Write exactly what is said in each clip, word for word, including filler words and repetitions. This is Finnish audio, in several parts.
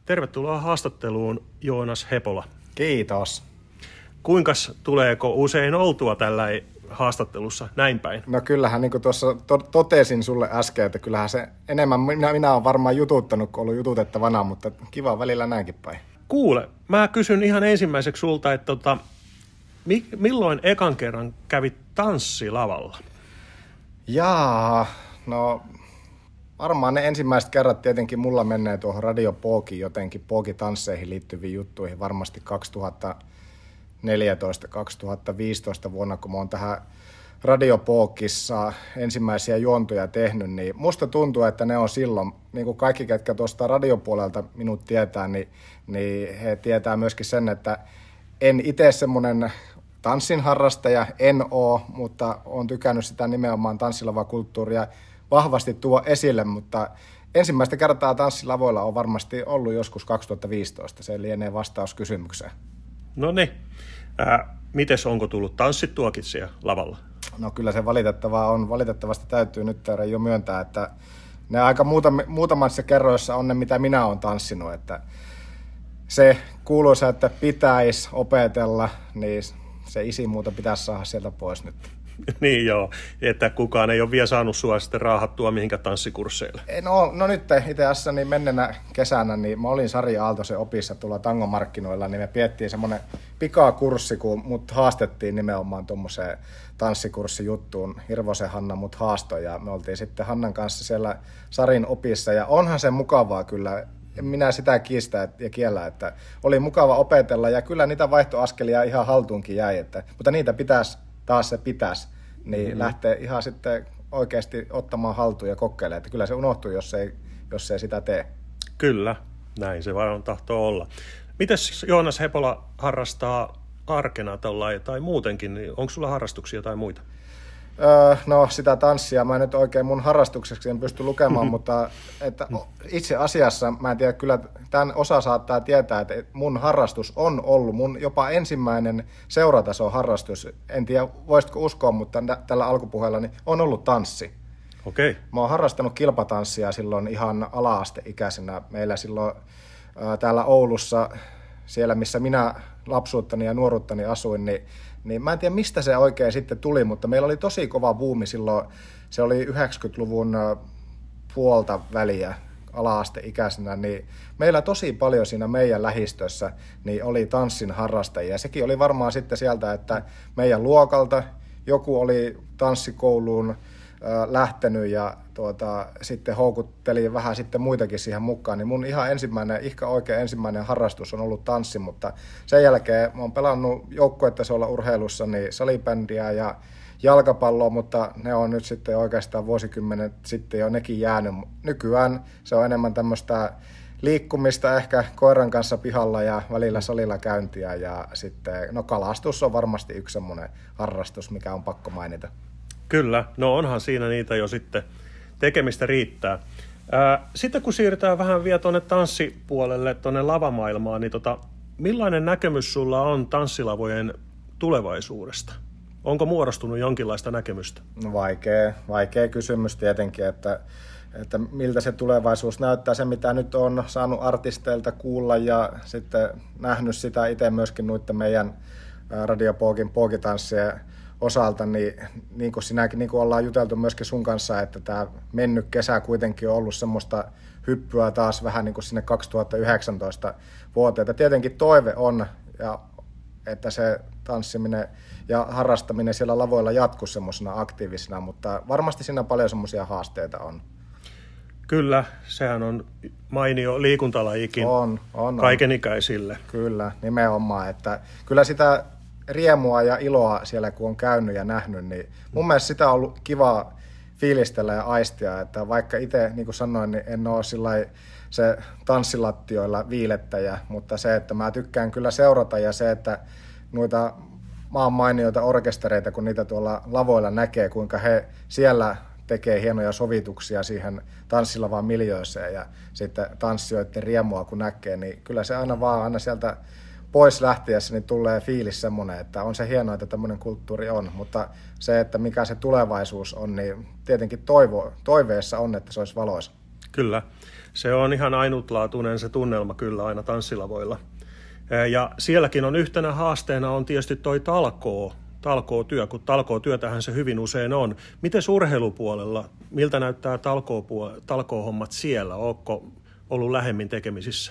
Tervetuloa haastatteluun, Joonas Hepola. Kiitos. Kuinkas tuleeko usein oltua tällä haastattelussa näin päin? No kyllähän, niin kuin tuossa to- totesin sulle äsken, että kyllähän se enemmän minä, minä olen varmaan jututtanut, kun ollut jututettavana, mutta kiva välillä näinkin päin. Kuule, mä kysyn ihan ensimmäiseksi sulta, että tota, mi- milloin ekan kerran kävit tanssilavalla? Jaa, no varmaan ne ensimmäiset kerrat tietenkin mulla menee tuohon Radio Pookiin jotenkin, Pooki-tansseihin liittyviin juttuihin varmasti kaksituhattaneljätoista kaksituhattaviisitoista vuonna, kun mä oon tähän Radio Pookissa ensimmäisiä juontoja tehnyt, niin musta tuntuu, että ne on silloin, niin kuin kaikki, ketkä tuosta radiopuolelta minut tietää, niin, niin he tietää myöskin sen, että en itse semmoinen tanssin harrastaja, en oo, mutta oon tykännyt sitä nimenomaan tanssilavakulttuuria vahvasti tuo esille, mutta ensimmäistä kertaa tanssilavoilla on varmasti ollut joskus kaksituhattaviisitoista. Se lienee vastaus kysymykseen. No niin. Äh, mites onko tullut tanssittuakin siellä lavalla? No kyllä se valitettavaa on. Valitettavasti täytyy nyt jo myöntää, että ne aika muutam- muutamassa kerroissa on ne, mitä minä olen tanssinut. Että se kuuluisa, että pitäisi opetella, niin se isi muuta pitäisi saada sieltä pois nyt. Niin joo, että kukaan ei ole vielä saanut sua sitten raahattua mihinkä tanssikursseille. No, no nyt itse asiassa niin menneenä kesänä niin mä olin Sari Aaltosen opissa tuolla tangomarkkinoilla, niin me piettiin semmoinen pikakurssi, kun mut haastettiin nimenomaan tuommoiseen tanssikurssijuttuun. Hirvosen Hanna mut haastoi ja me oltiin sitten Hannan kanssa siellä Sarin opissa ja onhan se mukavaa kyllä. En minä sitä kiistä ja kiellä, että oli mukava opetella ja kyllä niitä vaihtoaskelia ihan haltuunkin jäi, että, mutta niitä pitäisi, taas se pitäisi, niin mm-hmm. lähtee ihan sitten oikeasti ottamaan haltuun ja kokeilemaan, että kyllä se unohtuu, jos ei, jos ei sitä tee. Kyllä, näin se vaan tahtoo olla. Mites Joonas Hepola harrastaa arkena tollain, tai muutenkin, niin onko sulla harrastuksia tai muita? Öö, no sitä tanssia mä nyt oikein mun harrastukseksi en pysty lukemaan, mutta että itse asiassa mä en tiedä, kyllä tämän osa saattaa tietää, että mun harrastus on ollut mun jopa ensimmäinen seuratason harrastus. En tiedä, voisitko uskoa, mutta tällä alkupuheella niin on ollut tanssi. Okei. Okay. Mä oon harrastanut kilpatanssia silloin ihan ala-asteikäisenä. Meillä silloin ää, täällä Oulussa, siellä missä minä lapsuuttani ja nuoruuttani asuin, niin Niin mä en tiedä, mistä se oikein sitten tuli, mutta meillä oli tosi kova buumi silloin. Se oli yhdeksänkymmentäluvun puolta väliä ala-asteikäisenä, niin meillä tosi paljon siinä meidän lähistössä niin oli tanssin harrastajia. Sekin oli varmaan sitten sieltä, että meidän luokalta joku oli tanssikouluun lähtenyt ja tuota, sitten houkutteli vähän sitten muitakin siihen mukaan, niin mun ihan ensimmäinen, ihan oikein ensimmäinen harrastus on ollut tanssi, mutta sen jälkeen mä oon pelannut joukkuetasolla urheilussa niin salibändiä ja jalkapalloa, mutta ne on nyt sitten oikeastaan vuosikymmenet sitten jo nekin jäänyt. Nykyään se on enemmän tämmöistä liikkumista ehkä koiran kanssa pihalla ja välillä salilla käyntiä ja sitten, no kalastus on varmasti yksi semmoinen harrastus, mikä on pakko mainita. Kyllä, no onhan siinä niitä jo sitten, tekemistä riittää. Ää, sitten kun siirrytään vähän vielä tuonne tanssipuolelle, tuonne lavamaailmaan, niin tota, millainen näkemys sulla on tanssilavojen tulevaisuudesta? Onko muodostunut jonkinlaista näkemystä? No vaikea, vaikea kysymys tietenkin, että, että miltä se tulevaisuus näyttää. Se, mitä nyt on saanut artisteilta kuulla ja sitten nähnyt sitä itse myöskin noiden meidän Radio Pookin pookitanssien osalta, niin, niin kuin sinäkin niin kuin ollaan juteltu myöskin sun kanssa, että tämä mennyt kesä kuitenkin on ollut semmoista hyppyä taas vähän niin kuin sinne kaksituhattayhdeksäntoista vuoteen. Ja tietenkin toive on, ja, että se tanssiminen ja harrastaminen siellä lavoilla jatkuu semmoisena aktiivisena, mutta varmasti siinä paljon semmoisia haasteita on. Kyllä, sehän on mainio liikuntalajikin on, on, kaikenikäisille. On. Kyllä, nimenomaan. Että kyllä sitä riemua ja iloa siellä, kun on käynyt ja nähnyt, niin mun mielestä sitä on ollut kiva fiilistellä ja aistia, että vaikka itse, niin kuin sanoin, niin en ole sillai se tanssilattioilla viilettäjä, mutta se, että mä tykkään kyllä seurata ja se, että noita maan mainioita orkestereita, kun niitä tuolla lavoilla näkee, kuinka he siellä tekee hienoja sovituksia siihen tanssilavaan miljööseen ja sitten tanssijoiden riemua kun näkee, niin kyllä se aina vaan aina sieltä pois lähtiessä niin tulee fiilis semmoinen, että on se hienoa, että tämmöinen kulttuuri on, mutta se, että mikä se tulevaisuus on, niin tietenkin toivo, toiveessa on, että se olisi valoisa. Kyllä. Se on ihan ainutlaatuinen se tunnelma kyllä aina tanssilavoilla. Ja sielläkin on yhtenä haasteena on tietysti toi talkoo, talkootyö, kun talkootyötähän se hyvin usein on. Miten urheilupuolella, miltä näyttää talkoopuol- talkoohommat siellä? Ootko ollut lähemmin tekemisissä?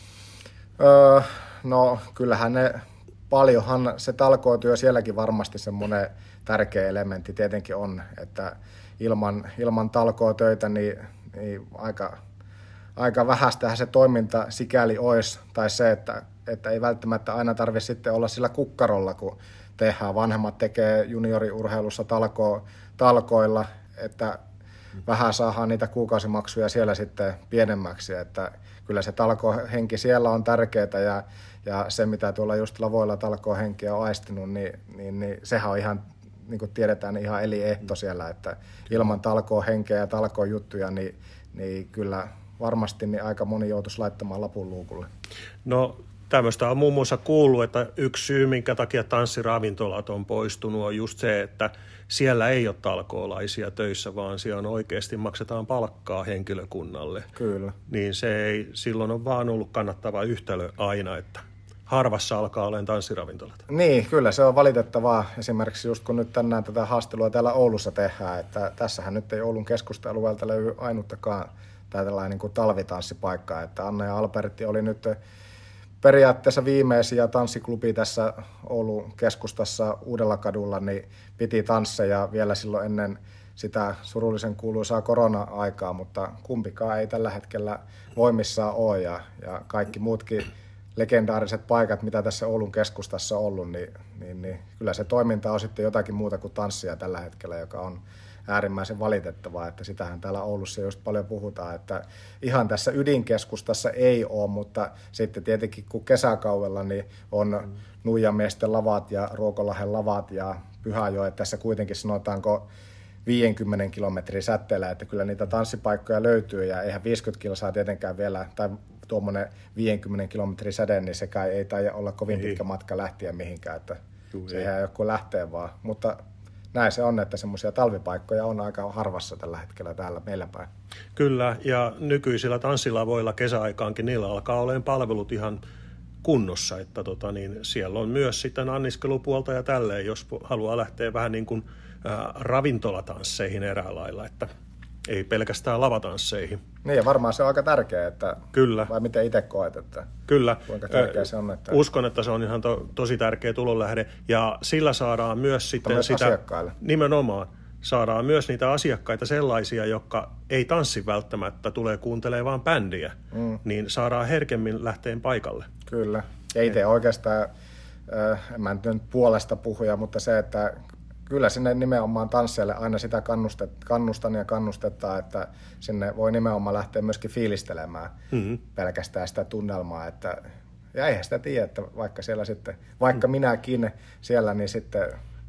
Öö, no kyllähän ne, paljonhan se talkootyö sielläkin varmasti semmoinen tärkeä elementti tietenkin on, että ilman, ilman talkootöitä niin, niin aika, aika vähästähän se toiminta sikäli olisi, tai se, että, että ei välttämättä aina tarvitse sitten olla sillä kukkarolla, kun tehdään. Vanhemmat tekee junioriurheilussa talko, talkoilla, että vähän saadaan niitä kuukausimaksuja siellä sitten pienemmäksi, että kyllä se talkohenki siellä on tärkeää ja, ja se, mitä tuolla just lavoilla talkohenkiä on aistinut, niin, niin, niin sehän on ihan, niin kuin tiedetään, ihan eliehto siellä, että ilman talkohenkeä ja talkojuttuja, niin, niin kyllä varmasti niin aika moni joutuisi laittamaan lapun luukulle. No tämmöistä on muun muassa kuullut, että yksi syy, minkä takia tanssiravintolat on poistunut, on just se, että siellä ei ole talkoolaisia töissä, vaan siellä oikeasti maksetaan palkkaa henkilökunnalle. Kyllä. Niin se ei silloin on vaan ollut kannattava yhtälö aina, että harvassa alkaa olemaan tanssiravintolat. Niin, kyllä se on valitettavaa. Esimerkiksi just kun nyt tänään tätä haastelua täällä Oulussa tehdään, että tässähän nyt ei Oulun keskusta-alueelta löydy ainuttakaan tällainen niin kuin talvitanssipaikka, että Anna ja Albertti oli nyt periaatteessa viimeisiä tanssiklubi tässä Oulun keskustassa Uudellakadulla, niin piti tansseja vielä silloin ennen sitä surullisen kuuluisaa korona-aikaa, mutta kumpikaan ei tällä hetkellä voimissaan ole ja, ja kaikki muutkin legendaariset paikat, mitä tässä Oulun keskustassa on ollut, niin, niin, niin kyllä se toiminta on sitten jotakin muuta kuin tanssia tällä hetkellä, joka on äärimmäisen valitettavaa, että sitähän täällä Oulussa just paljon puhutaan, että ihan tässä ydinkeskustassa ei ole, mutta sitten tietenkin kun kesäkaudella niin on mm. Nuijamiesten lavat ja Ruokolahden lavat ja Pyhäjoet, tässä kuitenkin sanotaanko viisikymmentä kilometrin säteellä, että kyllä niitä tanssipaikkoja löytyy ja eihän viisikymmentä kilsaa tietenkään vielä, tai tuommoinen viisikymmentä kilometrin säde, niin sekään ei taida olla kovin ei. pitkä matka lähteä mihinkään, että Juh, se ei joku lähtee vaan, mutta näin se on, että semmoisia talvipaikkoja on aika harvassa tällä hetkellä täällä meillä päin. Kyllä, ja nykyisillä tanssilavoilla kesäaikaankin niillä alkaa olemaan palvelut ihan kunnossa, että tota, niin siellä on myös sitten anniskelupuolta ja tälleen, jos haluaa lähteä vähän niin kuin ää, ravintolatansseihin erään lailla, että ei pelkästään lavatansseihin. Niin ja varmaan se on aika tärkeää, että Kyllä. vai miten itse koet, että Kyllä. kuinka tärkeää se on? Että uskon, että se on ihan to, tosi tärkeä tulonlähde ja sillä saadaan myös sitten myös sitä, asiakkaille. Nimenomaan, saadaan myös niitä asiakkaita sellaisia, jotka ei tanssi välttämättä, tulee kuuntelemaan vaan bändiä, mm. niin saadaan herkemmin lähteen paikalle. Kyllä, ja itse oikeastaan, äh, en mä nyt puolesta puhuja, mutta se, että kyllä sinne nimenomaan tansseille aina sitä kannustan ja kannustetaan, että sinne voi nimenomaan lähteä myöskin fiilistelemään mm-hmm. pelkästään sitä tunnelmaa. Että, ja eihän sitä tiedä, että vaikka siellä sitten, vaikka mm. minäkin siellä, niin sitten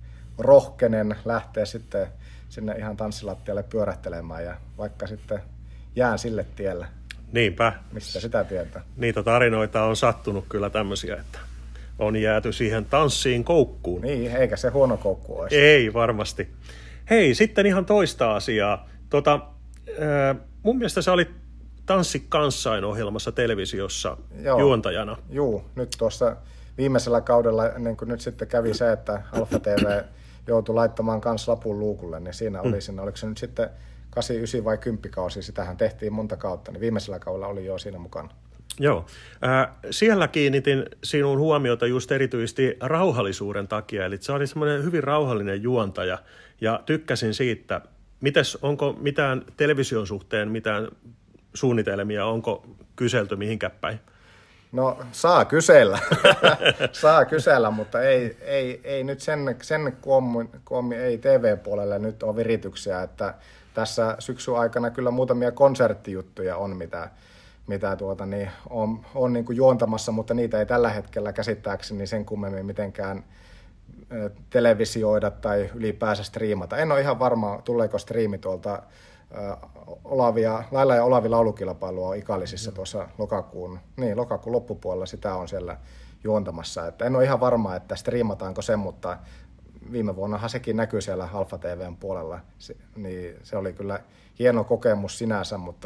rohkenen lähteä sitten sinne ihan tanssilattialle pyörähtelemään ja vaikka sitten jään sille tielle. Niinpä. Mistä sitä tietää? Niitä tarinoita on sattunut kyllä tämmöisiä, että on jääty siihen tanssiin koukkuun. Niin, eikä se huono koukku olisi. Ei varmasti. Hei, sitten ihan toista asiaa. Tota, äh, mun mielestä sä olit Tanssi kanssain -ohjelmassa televisiossa Joo. juontajana. Joo, nyt tuossa viimeisellä kaudella, ennen kuin nyt sitten kävi se, että Alfa T V joutui laittamaan kans lapun luukulle, niin siinä oli mm. siinä, oliko se nyt sitten kahdeksan, yhdeksän vai kymmenen kausi, sitähän tehtiin monta kautta, niin viimeisellä kaudella oli jo siinä mukana. Joo. Äh, siellä kiinnitin sinun huomiota just erityisesti rauhallisuuden takia, eli se oli semmoinen hyvin rauhallinen juontaja, ja tykkäsin siitä. Mites, onko mitään television suhteen, mitään suunnitelmia, onko kyselty mihinkään päin? No saa kysellä, saa kysellä, mutta ei, ei, ei nyt sen, sen kuommi, kuommi, ei T V-puolelle nyt ole virityksiä, että tässä syksyn aikana kyllä muutamia konserttijuttuja on, mitä mitä tuota, niin on, on niin kuin juontamassa, mutta niitä ei tällä hetkellä käsittääkseni sen kummemmin mitenkään ö, televisioida tai ylipäänsä striimata. En ole ihan varma, tuleeko striimi tuolta ö, Olavia, Laila ja Olavi laulukilpailua on Ikalisissa mm. tuossa lokakuun, niin, lokakuun loppupuolella sitä on siellä juontamassa. Että en ole ihan varma, että striimataanko sen, mutta viime vuonnahan sekin näkyy siellä Alfa T V:n puolella, se, niin se oli kyllä hieno kokemus sinänsä, mutta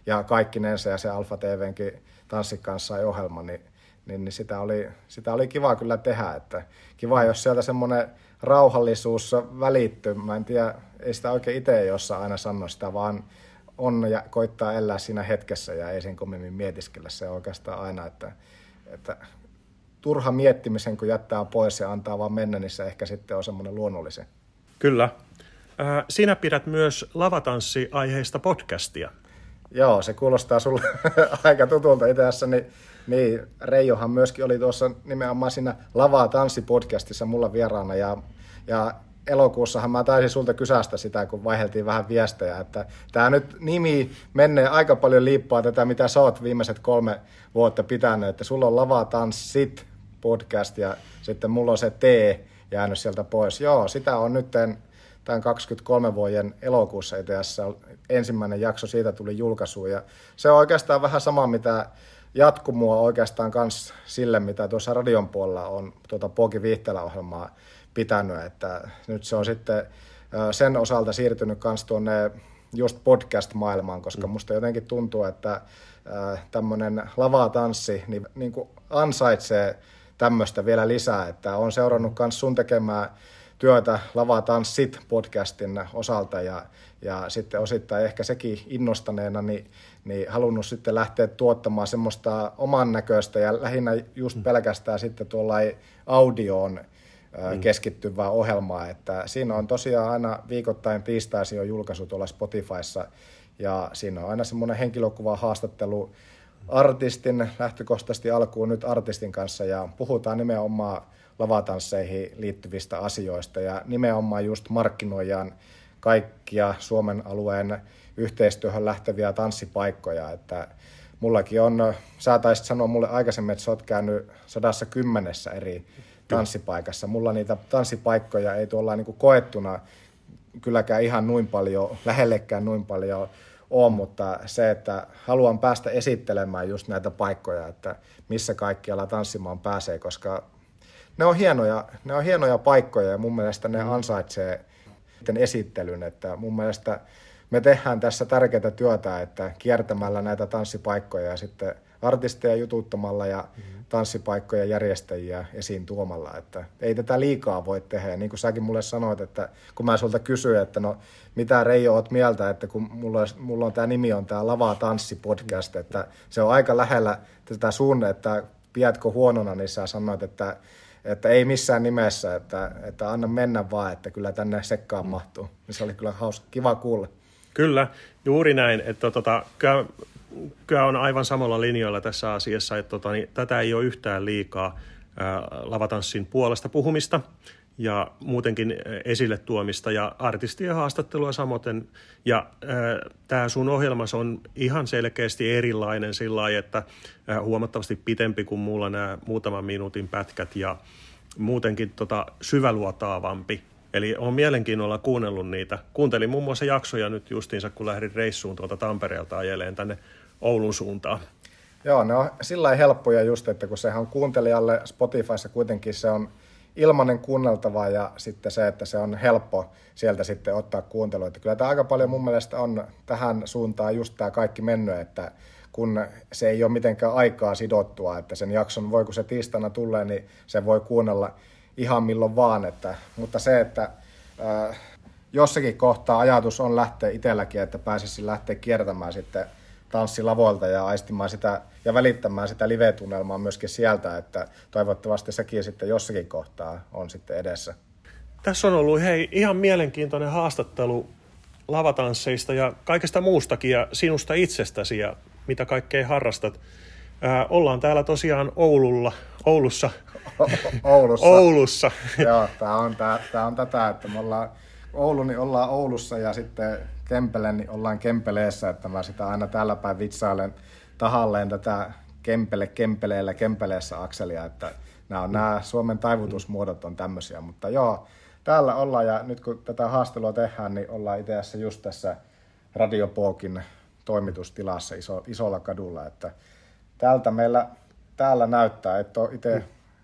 ja kaikkinensa ja se Alfa T V:nkin Tanssi kanssa ei ohjelma, niin, niin, niin sitä, oli, sitä oli kiva kyllä tehdä. Että kiva, jos sieltä semmoinen rauhallisuus välittyy. Mä en tiedä, ei sitä oikein itse jossain aina sano sitä, vaan on ja koittaa elää siinä hetkessä ja ei sen kommemmin mietiskellä. Se on oikeastaan aina, että, että turha miettimisen, kun jättää pois ja antaa vaan mennä, niin se ehkä sitten on semmoinen luonnollisen. Kyllä. Äh, sinä pidät myös lavatanssi-aiheista podcastia. Joo, se kuulostaa sulle aika tutulta itse asiassa. Niin, niin, Reijohan myöskin oli tuossa nimenomaan siinä Lava Tanssi-podcastissa mulla vieraana. Ja, ja elokuussahan mä taisin sulta kysästä sitä, kun vaiheltiin vähän viestejä, että tämä nyt nimi menee aika paljon liippaa tätä, mitä sä oot viimeiset kolme vuotta pitänyt. Että sulla on Lava Tanssit podcast ja sitten mulla on se T jäänyt sieltä pois. Joo, sitä on nyt tämän kaksikymmentäkolme vuoden elokuussa itse asiassa ensimmäinen jakso siitä tuli julkaisuun. Ja se on oikeastaan vähän sama, mitä jatkumua oikeastaan kans sille, mitä tuossa radion puolella on tuota Poki Viihtelä-ohjelmaa pitänyt. Että nyt se on sitten sen osalta siirtynyt kans tuonne just podcast-maailmaan, koska musta jotenkin tuntuu, että tämmöinen lavatanssi niin, niin kuin ansaitsee tämmöistä vielä lisää, että on seurannut myös sun tekemään työtä Lavatanssit podcastin osalta ja, ja sitten osittain ehkä sekin innostaneena niin, niin halunnut sitten lähteä tuottamaan semmoista oman näköistä ja lähinnä just pelkästään sitten tuolla audioon mm. keskittyvää ohjelmaa, että siinä on tosiaan aina viikoittain tiistaisin on julkaisu tuolla Spotifyssa ja siinä on aina semmoinen henkilökuva haastattelu artistin lähtökohtaisesti alkuun nyt artistin kanssa ja puhutaan nimenomaan lavatansseihin liittyvistä asioista ja nimenomaan just markkinoidaan kaikkia Suomen alueen yhteistyöhön lähteviä tanssipaikkoja, että mullakin on, sä taisit sanoa mulle aikaisemmin, että sä oot käynyt sadassa kymmenessä eri tanssipaikassa. Mulla niitä tanssipaikkoja ei tuolla niin kuin koettuna kylläkään ihan noin paljon, lähellekään noin paljon on, mutta se, että haluan päästä esittelemään just näitä paikkoja, että missä kaikkialla tanssimaan pääsee, koska ne on hienoja, ne on hienoja paikkoja ja mun mielestä ne ansaitsee esittelyn, että mun mielestä me tehdään tässä tärkeää työtä, että kiertämällä näitä tanssipaikkoja ja sitten artisteja jututtamalla ja tanssipaikkoja järjestäjiä esiin tuomalla, että ei tätä liikaa voi tehdä. Ja niin kuin säkin mulle sanoit, että kun mä sulta kysyin, että no mitä Reijo oot mieltä, että kun mulla on, mulla on tämä nimi on tämä Lava Tanssi podcast, että se on aika lähellä tätä sun, että pidätkö huonona, niin sä sanoit, että että ei missään nimessä, että, että anna mennä vaan, että kyllä tänne sekkaan mahtuu. Se oli kyllä hauska, kiva kuulla. Kyllä, juuri näin. Että, tota, kyllä, kyllä on aivan samalla linjoilla tässä asiassa, että tota, niin, tätä ei ole yhtään liikaa ää, lavatanssin puolesta puhumista ja muutenkin esille tuomista ja artistien haastattelua samoin. Ja tämä sun ohjelmas on ihan selkeästi erilainen sillä lailla, että ää, huomattavasti pitempi kuin mulla nämä muutaman minuutin pätkät ja muutenkin tota, syväluotaavampi. Eli olen mielenkiinnolla kuunnellut niitä. Kuuntelin muun muassa jaksoja nyt justiinsa, kun lähdin reissuun tuolta Tampereelta ajeleen tänne Oulun suuntaan. Joo, ne on sillä lailla helppoja just, että kun sehän on kuuntelijalle Spotifyssa kuitenkin se on ilmainen kuunneltava ja sitten se, että se on helppo sieltä sitten ottaa kuuntelua. Että kyllä tämä aika paljon mun mielestä on tähän suuntaan just tämä kaikki mennyt, että kun se ei ole mitenkään aikaa sidottua, että sen jakson voi, kun se tiistaina tulee, niin se voi kuunnella ihan milloin vaan. Että, mutta se, että äh, jossakin kohtaa ajatus on lähteä itselläkin, että pääsisi lähteä kiertämään sitten tanssilavoilta ja aistimaan sitä ja välittämään sitä live-tunnelmaa myöskin sieltä, että toivottavasti sekin sitten jossakin kohtaa on sitten edessä. Tässä on ollut hei, ihan mielenkiintoinen haastattelu lavatansseista ja kaikesta muustakin ja sinusta itsestäsi ja mitä kaikkea harrastat. Ää, ollaan täällä tosiaan Oululla, Oulussa. O- Oulussa. Oulussa. Joo, tämä on, tää, tää on tätä, että me ollaan Oulu, niin ollaan Oulussa ja sitten Kempele, niin ollaan Kempeleessä, että mä sitä aina täällä päin vitsailen tahalleen tätä Kempele, Kempeleellä, Kempeleessä akselia, että nämä, on, nämä Suomen taivutusmuodot on tämmöisiä, mutta joo, täällä ollaan ja nyt kun tätä haastelua tehdään, niin ollaan itse asiassa just tässä Radio Pokin toimitustilassa iso, isolla kadulla, että täältä meillä täällä näyttää, että ole itse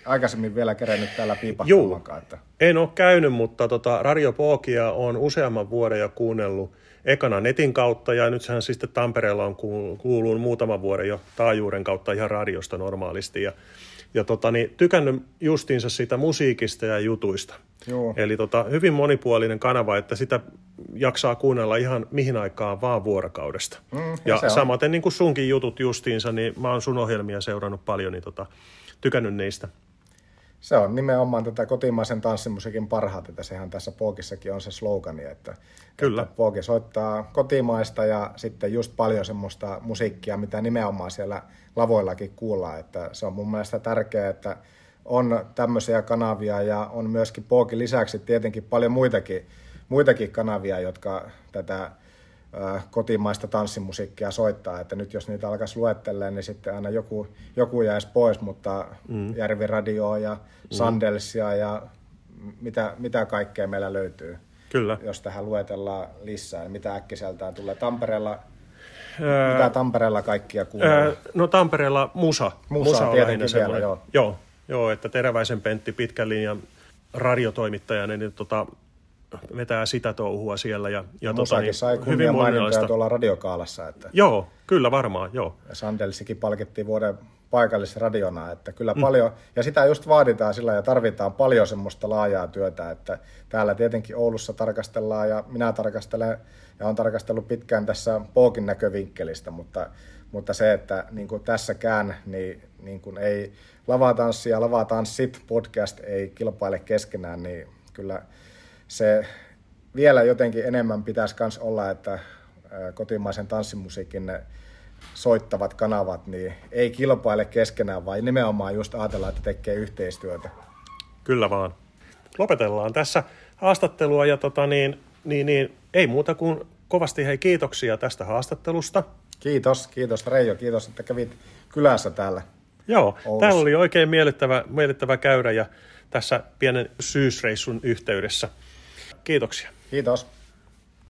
aikaisemmin vielä kerennyt täällä piipahtamaankaan. Että... En ole käynyt, mutta tota, Radio Pookia on useamman vuoden jo kuunnellut ekana netin kautta, ja nyt sehän sitten Tampereella on kuuluu muutaman vuoden jo taajuuden kautta ihan radiosta normaalisti, ja, ja tota, niin, tykännyt justiinsa siitä musiikista ja jutuista. Joo. Eli tota, hyvin monipuolinen kanava, että sitä jaksaa kuunnella ihan mihin aikaan vaan vuorokaudesta. Mm, ja ja samaten niin kuin sunkin jutut justiinsa, niin mä oon sun ohjelmia seurannut paljon, niin tota, tykännyt niistä. Se on nimenomaan tätä kotimaisen tanssimusiikin parhaat, että sehän tässä Pookissakin on se slogani, että, Kyllä. että Pooki soittaa kotimaista ja sitten just paljon semmoista musiikkia, mitä nimenomaan siellä lavoillakin kuullaan, että se on mun mielestä tärkeää, että on tämmöisiä kanavia ja on myöskin Pookin lisäksi tietenkin paljon muitakin, muitakin kanavia, jotka tätä äh, kotimaista tanssimusiikkia soittaa, että nyt jos niitä alkaisi luettelemaan, niin sitten aina joku, joku jäisi pois, mutta mm. Järviradioa ja mm. Sandelsia ja mitä, mitä kaikkea meillä löytyy. Kyllä. Jos tähän luetellaan lisää, niin mitä äkkiseltään tulee Tampereella? Ää, mitä Tampereella kaikkia kuunnellaan? No Tampereella Musa. Musa, Musa on tietenkin siellä, joo. Joo. Joo, että Teräväisen Pentti pitkän linjan radiotoimittajana, niin tota, vetää sitä touhua siellä. Ja, ja Musakin tota, niin, sai kunnia mainintoja tuolla Radiokaalassa. Että... Joo, kyllä varmaan, joo. Ja Sandelsikin palkittiin vuoden paikallisradiona, että kyllä mm. paljon, ja sitä just vaaditaan sillä ja tarvitaan paljon semmoista laajaa työtä, että täällä tietenkin Oulussa tarkastellaan ja minä tarkastelen ja olen tarkastellut pitkään tässä Pookin näkövinkkelistä, mutta, mutta se, että niin kuin tässäkään niin, niin kuin ei Lavatanssi ja Lavatanssit podcast ei kilpaile keskenään, niin kyllä se vielä jotenkin enemmän pitäisi myös olla, että kotimaisen tanssimusiikin ne soittavat kanavat niin ei kilpaile keskenään, vaan nimenomaan just ajatellaan, että tekee yhteistyötä. Kyllä vaan. Lopetellaan tässä haastattelua ja tota niin, niin, niin, ei muuta kuin kovasti hei kiitoksia tästä haastattelusta. Kiitos, kiitos Reijo, kiitos, että kävit kylässä täällä. Joo, täällä oli oikein miellyttävä, miellyttävä käydä ja tässä pienen syysreissun yhteydessä. Kiitoksia. Kiitos.